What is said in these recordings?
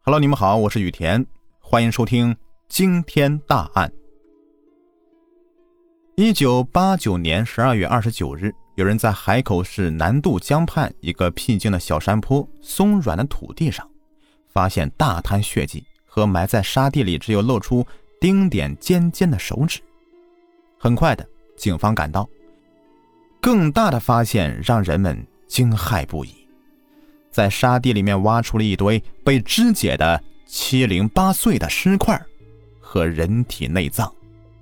Hello， 你们好，我是雨田，欢迎收听惊天大案。1989年12月29日，有人在海口市南渡江畔一个僻静的小山坡松软的土地上，发现大滩血迹和埋在沙地里只有露出丁点尖尖的手指。很快的，警方赶到，更大的发现让人们惊骇不已。在沙地里面挖出了一堆被肢解的7、8岁的尸块和人体内脏。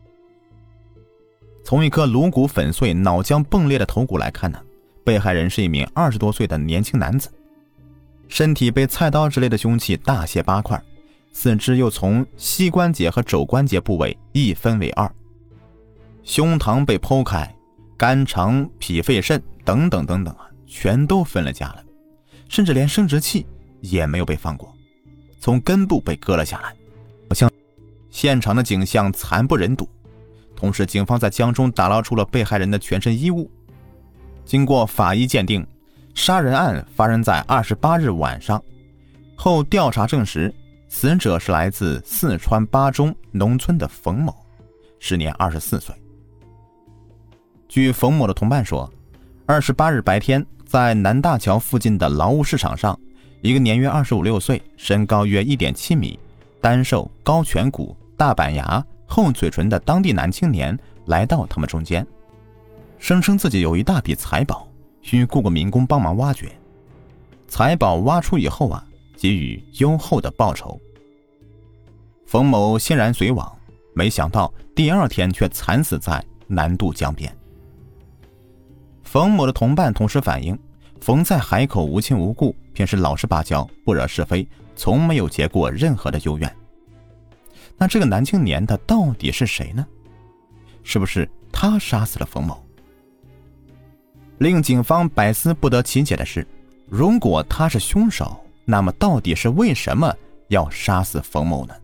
从一颗颅骨粉碎、脑浆迸裂的头骨来看呢，被害人是一名20多岁的年轻男子，身体被菜刀之类的凶器大卸8块，四肢又从膝关节和肘关节部位一分为2，胸膛被剖开，肝肠、脾肺肾等等等等全都分了家了。甚至连生殖器也没有被放过，从根部被割了下来。现场的景象惨不忍睹。同时，警方在江中打捞出了被害人的全身衣物。经过法医鉴定，杀人案发生在28日晚上。后调查证实，死者是来自四川巴中农村的冯某，时年24岁。据冯某的同伴说，28日白天，在南大桥附近的劳务市场上，一个年约25、26岁、身高约 1.7 米、单瘦、高颧骨、大板牙、厚嘴唇的当地男青年来到他们中间，声称自己有一大笔财宝，需雇个民工帮忙挖掘。财宝挖出以后给予优厚的报酬。冯某欣然随往，没想到第二天却惨死在南渡江边。冯某的同伴同时反映，冯在海口无亲无故，平时老实巴交，不惹是非，从没有结过任何的幽怨。那这个男青年他到底是谁呢？是不是他杀死了冯某？令警方百思不得其解的是，如果他是凶手，那么到底是为什么要杀死冯某呢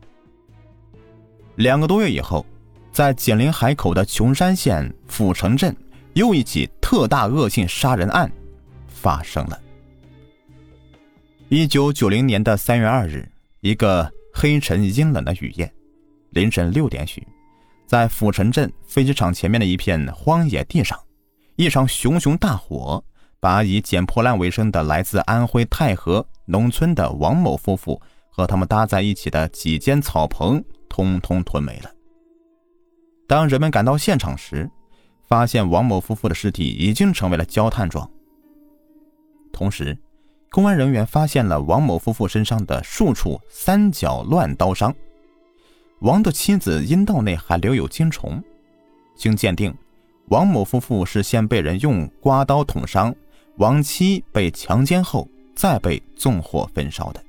？2个多月以后，在紧邻海口的琼山县阜城镇，又一起特大恶性杀人案发生了。1990年的3月2日，一个黑沉阴冷的雨夜，凌晨6点许，在阜城镇飞机场前面的一片荒野地上，一场熊熊大火把以捡破烂为生的来自安徽太和农村的王某夫妇和他们搭在一起的几间草棚通通吞没了。当人们赶到现场时，发现王某夫妇的尸体已经成为了焦炭状。同时，公安人员发现了王某夫妇身上的数处3角乱刀伤，王的妻子阴道内还留有精虫。经鉴定，王某夫妇是先被人用刮刀捅伤，王妻被强奸后再被纵火焚烧的。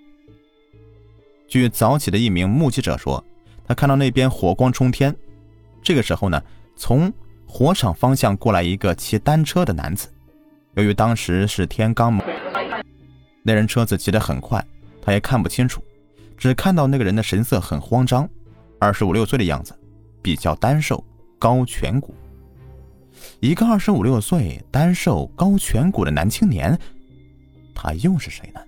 据早起的一名目击者说，他看到那边火光冲天，这个时候呢，从火场方向过来一个骑单车的男子。由于当时是天刚蒙，那人车子骑得很快，他也看不清楚，只看到那个人的神色很慌张，25、26岁的样子，比较单瘦，高颧骨。一个25、26岁单瘦高颧骨的男青年，他又是谁呢？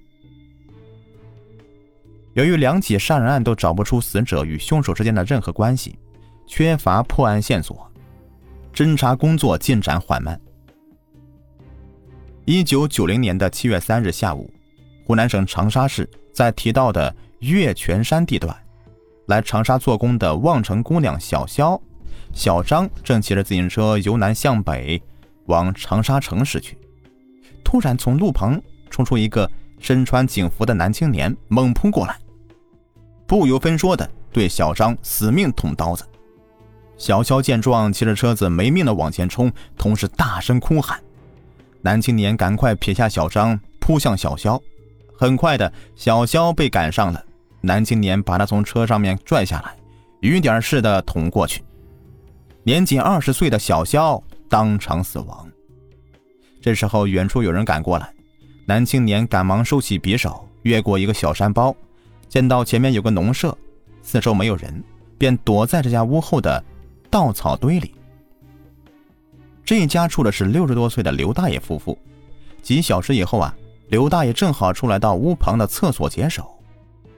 由于2起杀人案都找不出死者与凶手之间的任何关系，缺乏破案线索，侦查工作进展缓慢。1990年的7月3日下午，湖南省长沙市在提到的月泉山地段，来长沙做工的望城姑娘小肖、小张正骑着自行车由南向北往长沙城市去。突然从路旁冲出一个身穿警服的男青年，猛扑过来，不由分说的对小张死命捅刀子。小肖见状，骑着车子没命的往前冲，同时大声哭喊。男青年赶快撇下小张，扑向小肖。很快的，小肖被赶上了，男青年把他从车上面拽下来，雨点似的捅过去。年仅20岁的小肖当场死亡。这时候远处有人赶过来，男青年赶忙收起匕首，越过一个小山包，见到前面有个农舍，四周没有人，便躲在这家屋后的稻草堆里。这一家住的是60多岁的刘大爷夫妇。几小时以后刘大爷正好出来到屋旁的厕所解手，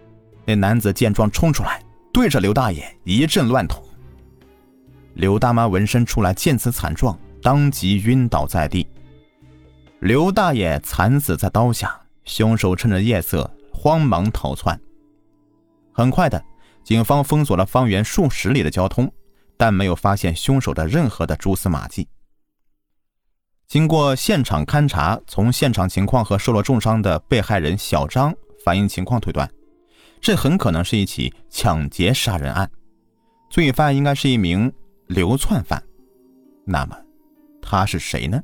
那男子见状冲出来，对着刘大爷一阵乱捅。刘大妈闻声出来，见此惨状，当即晕倒在地。刘大爷惨死在刀下，凶手趁着夜色慌忙逃窜。很快的，警方封锁了方圆数十里的交通，但没有发现凶手的任何的蛛丝马迹。经过现场勘查，从现场情况和受了重伤的被害人小张反映情况推断，这很可能是一起抢劫杀人案，罪犯应该是一名流窜犯。那么他是谁呢？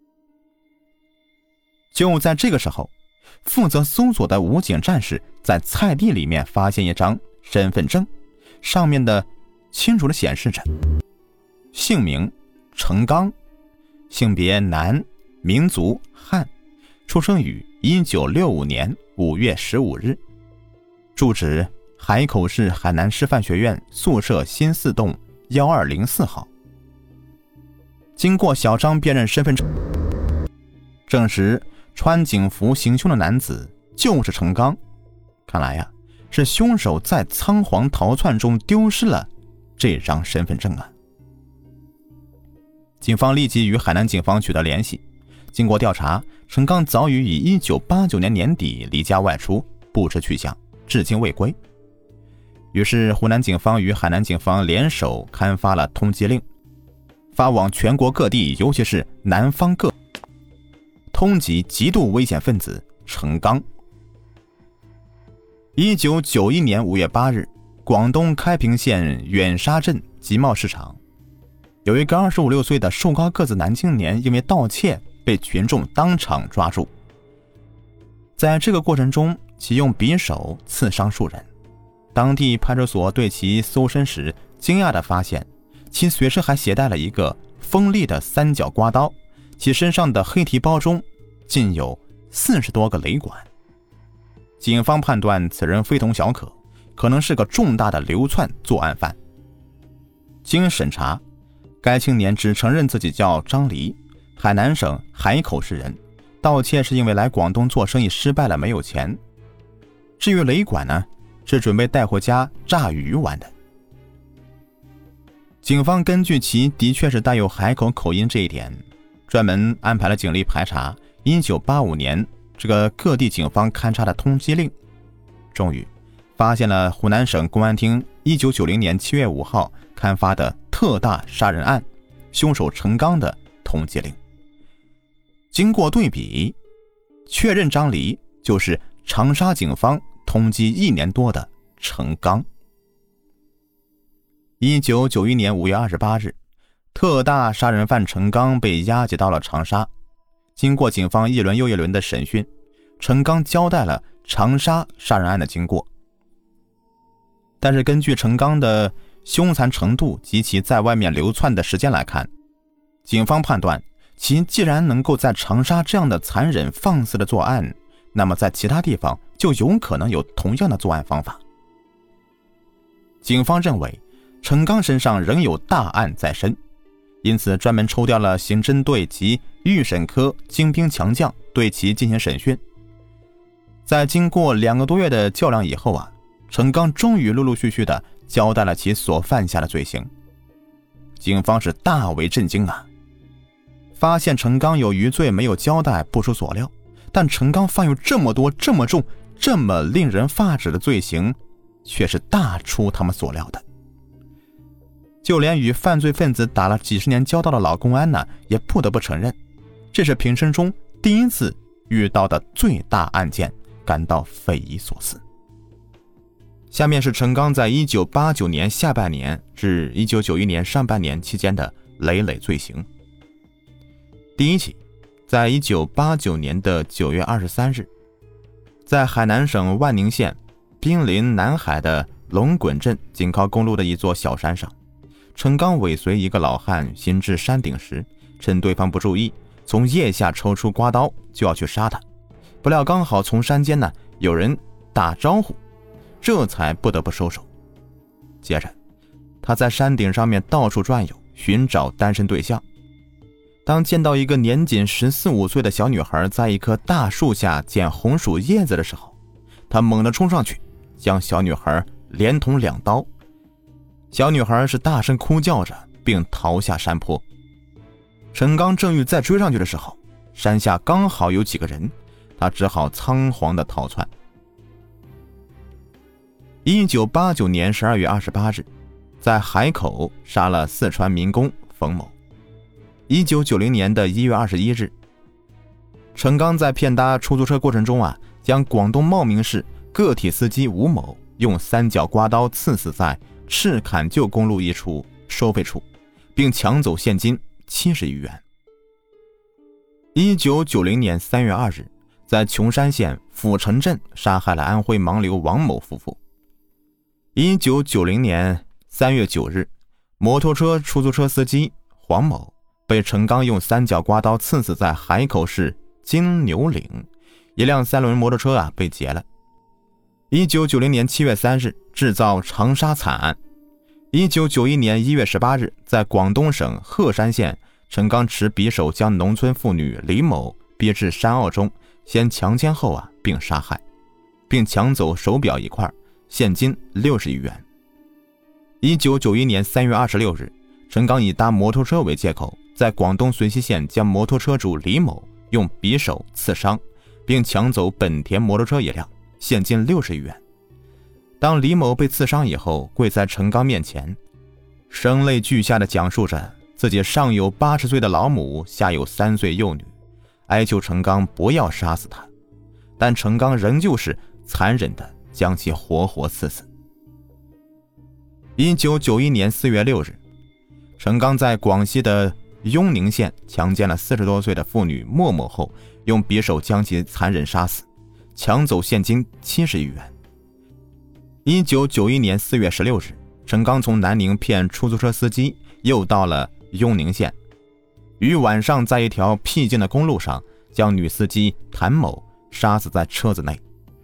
就在这个时候，负责搜索的武警战士在菜地里面发现一张身份证，上面的清楚地显示着姓名程刚，性别男，民族汉，出生于1965年5月15日，住址海口市海南师范学院宿舍新4栋1204号。经过小张辨认身份证，证实穿警服行凶的男子就是程刚。看来呀，是凶手在仓皇逃窜中丢失了这张身份证啊。警方立即与海南警方取得联系，经过调查，程刚早于1989年年底离家外出，不知去向，至今未归。于是湖南警方与海南警方联手刊发了通缉令，发往全国各地，尤其是南方各通缉极度危险分子程刚。1991年5月8日，广东开平县远沙镇集贸市场，有一个25、26岁的瘦高个子男青年因为盗窃被群众当场抓住。在这个过程中，其用匕首刺伤数人。当地派出所对其搜身时，惊讶地发现其随身还携带了一个锋利的三角刮刀，其身上的黑提包中竟有40多个雷管。警方判断此人非同小可，可能是个重大的流窜作案犯。经审查，该青年只承认自己叫张黎，海南省海口市人，盗窃是因为来广东做生意失败了，没有钱。至于雷管呢，是准备带回家炸鱼玩的。警方根据其的确是带有海口口音这一点，专门安排了警力排查1985年这个各地警方勘查的通缉令，终于发现了湖南省公安厅1990年7月5号刊发的特大杀人案凶手程刚的通缉令。经过对比，确认张黎就是长沙警方通缉1年多的程刚。1991年5月28日，特大杀人犯程刚被押解到了长沙。经过警方一轮又一轮的审讯，程刚交代了长沙杀人案的经过。但是根据程刚的凶残程度及其在外面流窜的时间来看，警方判断其既然能够在长沙这样的残忍放肆的作案，那么在其他地方就有可能有同样的作案方法。警方认为程刚身上仍有大案在身，因此专门抽调了刑侦队及预审科精兵强将对其进行审讯。在经过2个多月的较量以后啊，程刚终于陆陆续续的交代了其所犯下的罪行。警方是大为震惊啊！发现程刚有余罪没有交代不出所料，但程刚犯有这么多、这么重、这么令人发指的罪行，却是大出他们所料的。就连与犯罪分子打了几十年交道的老公安呢，也不得不承认，这是平生中第一次遇到的最大案件，感到匪夷所思。下面是程刚在1989年下半年至1991年上半年期间的累累罪行。第一起，在1989年的9月23日，在海南省万宁县濒临南海的龙滚镇紧靠公路的一座小山上，程刚尾随一个老汉行至山顶时，趁对方不注意，从腋下抽出刮刀就要去杀他，不料刚好从山间呢有人打招呼，这才不得不收手。接着他在山顶上面到处转悠，寻找单身对象。当见到一个年仅14、15岁的小女孩在一棵大树下捡红薯叶子的时候，他猛地冲上去， 将小女孩连捅2刀。小女孩是大声哭叫着，并逃下山坡。陈刚正欲再追上去的时候，山下刚好有几个人，他只好仓皇地逃窜。1989年12月28日，在海口杀了四川民工冯某。1990年的1月21日，陈刚在骗搭出租车过程中将广东茂名市个体司机吴某用3角刮刀刺死在赤坎旧公路一处收费处，并抢走现金70余元。1990年3月2日，在琼山县府城镇杀害了安徽盲流王某夫妇。1990年3月9日，摩托车出租车司机黄某被陈刚用3角刮刀刺死在海口市金牛岭，一辆3轮摩托车被劫了。1990年7月3日，制造长沙惨案。1991年1月18日，在广东省鹤山县，陈刚持匕首将农村妇女李某逼至山坳中，先强奸后并杀害，并抢走手表1块，现金60余元。1991年3月26日，陈刚以搭摩托车为借口，在广东遂溪县将摩托车主李某用匕首刺伤，并抢走本田摩托车1辆，现金60余元。当李某被刺伤以后，跪在陈刚面前，声泪俱下地讲述着自己上有80岁的老母，下有3岁幼女，哀求陈刚不要杀死他，但陈刚仍旧是残忍地将其活活刺死。1991年4月6日，陈刚在广西的雍宁县强奸了40多岁的妇女默默后，用匕首将其残忍杀死，抢走现金70余元。1991年4月16日，陈刚从南宁骗出租车司机，又到了雍宁县，于晚上在一条僻静的公路上将女司机谭某杀死在车子内。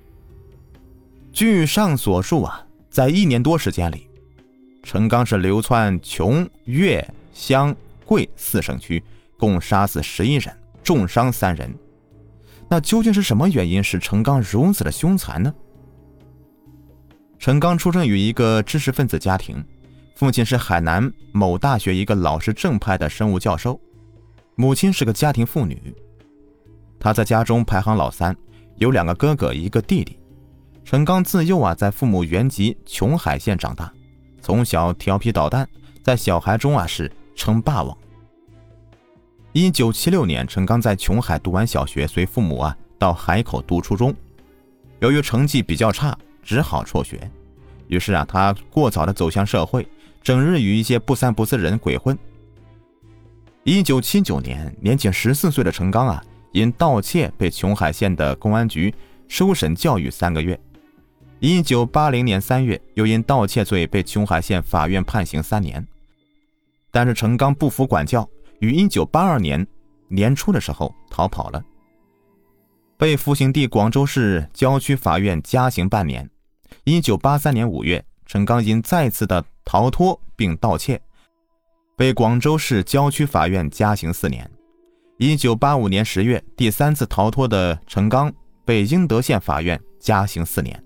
据上所述在1年多时间里，陈刚是流窜琼、粤、湘、桂4省区，共杀死11人，重伤3人。那究竟是什么原因使陈刚如此的凶残呢？陈刚出生于一个知识分子家庭，父亲是海南某大学一个老实正派的生物教授，母亲是个家庭妇女。他在家中排行老3，有2个哥哥1个弟弟。陈刚自幼在父母原籍琼海县长大，从小调皮捣蛋，在小孩中是称霸王。1976年，陈刚在琼海读完小学，随父母到海口读初中。由于成绩比较差，只好辍学。于是他过早地走向社会，整日与一些不三不四的人鬼混。1979年，年仅14岁的陈刚因盗窃被琼海县的公安局收审教育3个月。1980年3月，又因盗窃罪被琼海县法院判刑3年。但是陈刚不服管教，于1982年年初的时候逃跑了，被服刑地广州市郊区法院加刑半年。1983年5月，陈刚因再次的逃脱并盗窃，被广州市郊区法院加刑4年。1985年10月，第3次逃脱的陈刚被英德县法院加刑4年。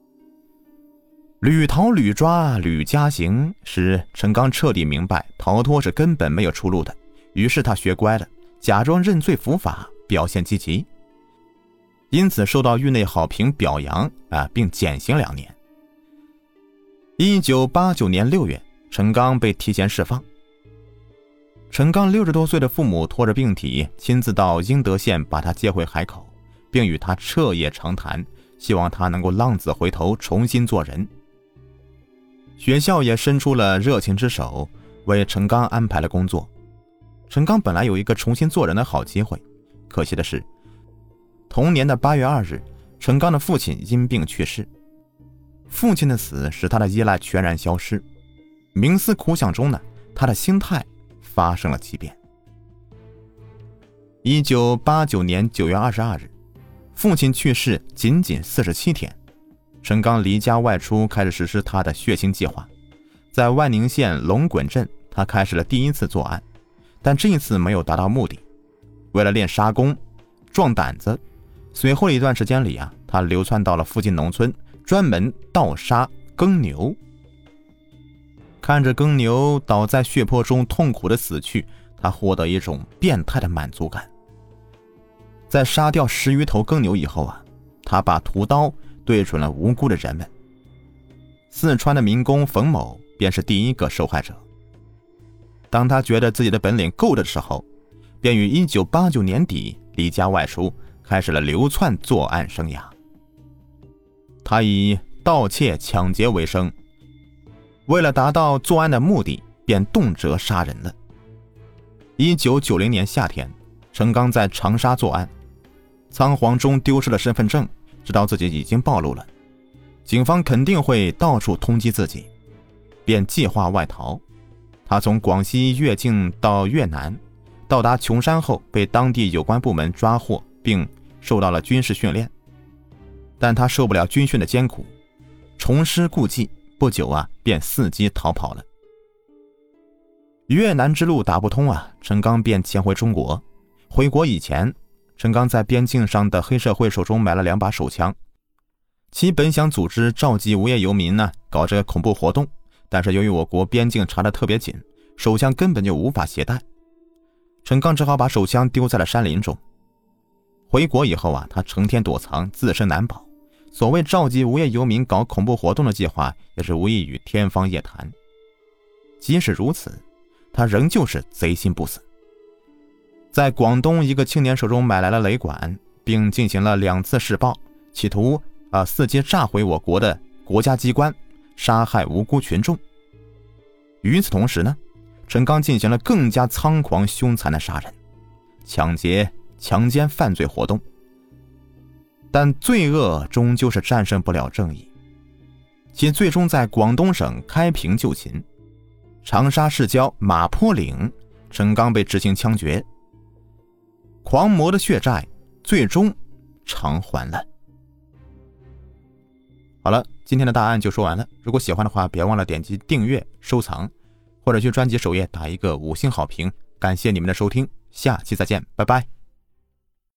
屡逃屡抓屡加刑，使陈刚彻底明白逃脱是根本没有出路的。于是他学乖了，假装认罪伏法，表现积极，因此受到狱内好评表扬并减刑2年。1989年6月，陈刚被提前释放。陈刚60多岁的父母拖着病体，亲自到英德县把他接回海口，并与他彻夜长谈，希望他能够浪子回头，重新做人。学校也伸出了热情之手，为陈刚安排了工作。陈刚本来有一个重新做人的好机会，可惜的是，同年的8月2日，陈刚的父亲因病去世。父亲的死使他的依赖全然消失，冥思苦想中他的心态发生了畸变。1989年9月22日，父亲去世仅47天，陈刚离家外出，开始实施他的血腥计划。在万宁县龙滚镇，他开始了第1次作案，但这一次没有达到目的。为了练杀功壮胆子，随后的一段时间里他流窜到了附近农村， 专门盗杀耕牛。看着耕牛倒在血泊中痛苦的死去，他获得一种变态的满足感。在杀掉10余头耕牛以后他把屠刀对准了无辜的人们。四川的民工冯某便是第一个受害者。当他觉得自己的本领够的时候，便于1989年底离家外出，开始了流窜作案生涯。他以盗窃抢劫为生，为了达到作案的目的，便动辄杀人了。1990年夏天，陈刚在长沙作案，仓皇中丢失了身份证，知道自己已经暴露了，警方肯定会到处通缉自己，便计划外逃。他从广西越境到越南，到达琼山后被当地有关部门抓获，并受到了军事训练。但他受不了军训的艰苦，重施故技，不久便伺机逃跑了。越南之路打不通陈刚便潜回中国。回国以前，陈刚在边境上的黑社会手中买了2把手枪，其本想组织召集无业游民搞这个恐怖活动，但是由于我国边境查得特别紧，手枪根本就无法携带。陈刚只好把手枪丢在了山林中。回国以后他成天躲藏，自身难保。所谓召集无业游民搞恐怖活动的计划，也是无异于天方夜谭。即使如此，他仍旧是贼心不死。在广东一个青年手中买来了雷管，并进行了2次试爆，企图伺机炸毁我国的国家机关，杀害无辜群众。与此同时呢，陈刚进行了更加猖狂凶残的杀人、抢劫、强奸犯罪活动。但罪恶终究是战胜不了正义，其最终在广东省开平就擒。长沙市郊马坡岭，陈刚被执行枪决，狂魔的血债最终偿还了。好了，今天的大案就说完了。如果喜欢的话，别忘了点击订阅、收藏，或者去专辑首页打一个5星好评。感谢你们的收听，下期再见，拜拜。